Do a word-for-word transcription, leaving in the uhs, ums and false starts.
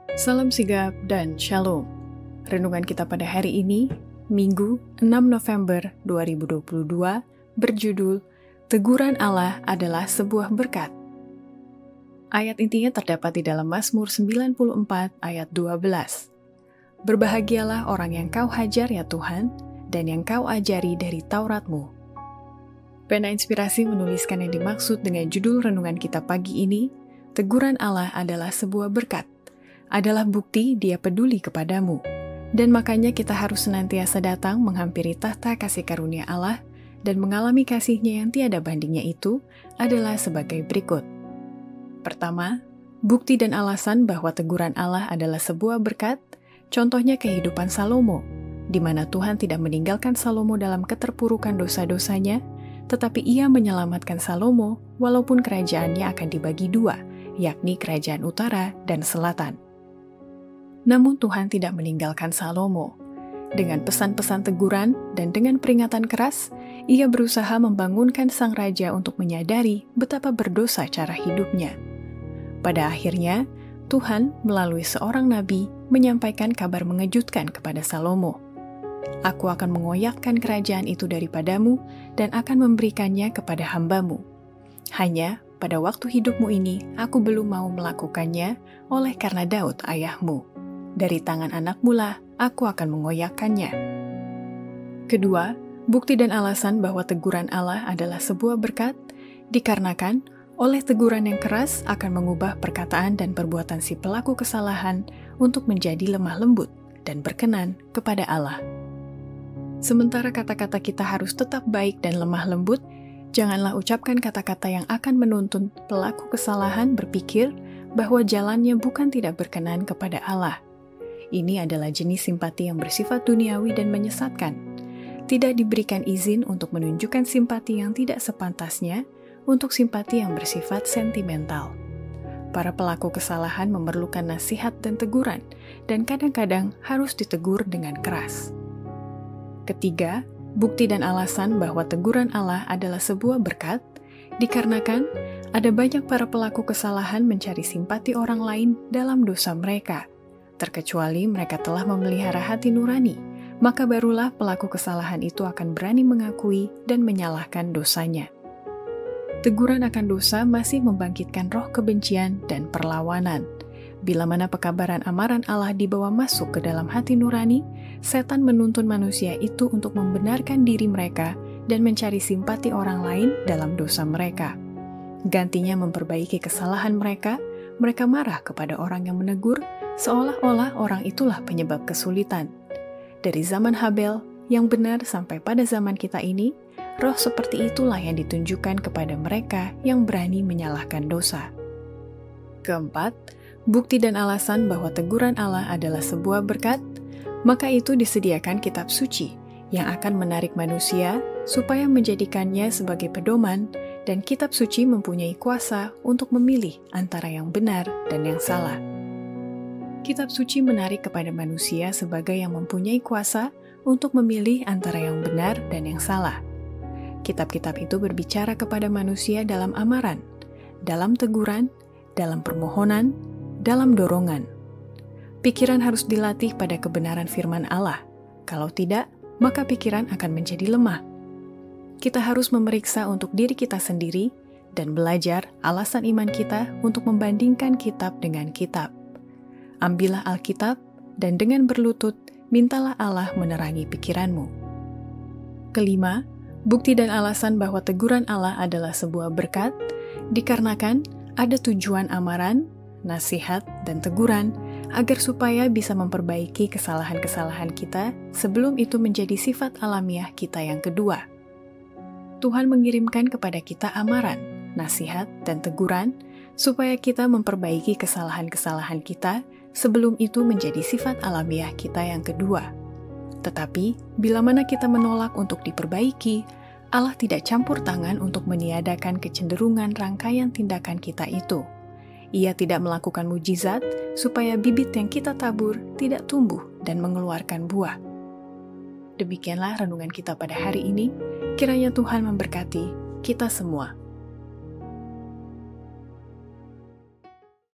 Salam sigap dan shalom. Renungan kita pada hari ini, Minggu enam November dua ribu dua puluh dua, berjudul Teguran Allah adalah sebuah berkat. Ayat intinya terdapat di dalam Mazmur sembilan puluh empat ayat dua belas. Berbahagialah orang yang kau hajar ya Tuhan, dan yang kau ajari dari Taurat-Mu. Pena Inspirasi menuliskan yang dimaksud dengan judul renungan kita pagi ini, Teguran Allah adalah sebuah berkat, adalah bukti Dia peduli kepadamu. Dan makanya kita harus senantiasa datang menghampiri tahta kasih karunia Allah dan mengalami kasih-Nya yang tiada bandingnya itu adalah sebagai berikut. Pertama, bukti dan alasan bahwa teguran Allah adalah sebuah berkat, contohnya kehidupan Salomo, di mana Tuhan tidak meninggalkan Salomo dalam keterpurukan dosa-dosanya, tetapi Ia menyelamatkan Salomo walaupun kerajaannya akan dibagi dua, yakni kerajaan utara dan selatan. Namun Tuhan tidak meninggalkan Salomo. Dengan pesan-pesan teguran dan dengan peringatan keras, Ia berusaha membangunkan sang raja untuk menyadari betapa berdosa cara hidupnya. Pada akhirnya, Tuhan melalui seorang nabi menyampaikan kabar mengejutkan kepada Salomo. Aku akan mengoyakkan kerajaan itu daripadamu dan akan memberikannya kepada hambamu. Hanya pada waktu hidupmu ini, aku belum mau melakukannya oleh karena Daud ayahmu. Dari tangan anakmu lah, aku akan mengoyakkannya. Kedua, bukti dan alasan bahwa teguran Allah adalah sebuah berkat, dikarenakan oleh teguran yang keras akan mengubah perkataan dan perbuatan si pelaku kesalahan untuk menjadi lemah lembut dan berkenan kepada Allah. Sementara kata-kata kita harus tetap baik dan lemah lembut, janganlah ucapkan kata-kata yang akan menuntun pelaku kesalahan berpikir bahwa jalannya bukan tidak berkenan kepada Allah. Ini adalah jenis simpati yang bersifat duniawi dan menyesatkan. Tidak diberikan izin untuk menunjukkan simpati yang tidak sepantasnya untuk simpati yang bersifat sentimental. Para pelaku kesalahan memerlukan nasihat dan teguran, dan kadang-kadang harus ditegur dengan keras. Ketiga, bukti dan alasan bahwa teguran Allah adalah sebuah berkat, dikarenakan ada banyak para pelaku kesalahan mencari simpati orang lain dalam dosa mereka. Terkecuali mereka telah memelihara hati nurani, maka barulah pelaku kesalahan itu akan berani mengakui dan menyalahkan dosanya. Teguran akan dosa masih membangkitkan roh kebencian dan perlawanan. Bila mana pekabaran amaran Allah dibawa masuk ke dalam hati nurani, setan menuntun manusia itu untuk membenarkan diri mereka dan mencari simpati orang lain dalam dosa mereka. Gantinya memperbaiki kesalahan mereka, mereka marah kepada orang yang menegur, seolah-olah orang itulah penyebab kesulitan. Dari zaman Habel yang benar sampai pada zaman kita ini, roh seperti itulah yang ditunjukkan kepada mereka yang berani menyalahkan dosa. Keempat, bukti dan alasan bahwa teguran Allah adalah sebuah berkat, maka itu disediakan kitab suci yang akan menarik manusia supaya menjadikannya sebagai pedoman, dan kitab suci mempunyai kuasa untuk memilih antara yang benar dan yang salah. Kitab suci menarik kepada manusia sebagai yang mempunyai kuasa untuk memilih antara yang benar dan yang salah. Kitab-kitab itu berbicara kepada manusia dalam amaran, dalam teguran, dalam permohonan, dalam dorongan. Pikiran harus dilatih pada kebenaran firman Allah. Kalau tidak, maka pikiran akan menjadi lemah. Kita harus memeriksa untuk diri kita sendiri dan belajar alasan iman kita untuk membandingkan kitab dengan kitab. Ambillah Alkitab dan dengan berlutut mintalah Allah menerangi pikiranmu. Kelima, bukti dan alasan bahwa teguran Allah adalah sebuah berkat, dikarenakan ada tujuan amaran, nasihat, dan teguran agar supaya bisa memperbaiki kesalahan-kesalahan kita sebelum itu menjadi sifat alamiah kita yang kedua. Tuhan mengirimkan kepada kita amaran, nasihat, dan teguran supaya kita memperbaiki kesalahan-kesalahan kita sebelum itu menjadi sifat alamiah kita yang kedua. Tetapi, bila mana kita menolak untuk diperbaiki, Allah tidak campur tangan untuk meniadakan kecenderungan rangkaian tindakan kita itu. Ia tidak melakukan mujizat supaya bibit yang kita tabur tidak tumbuh dan mengeluarkan buah. Demikianlah renungan kita pada hari ini. Kiranya Tuhan memberkati kita semua.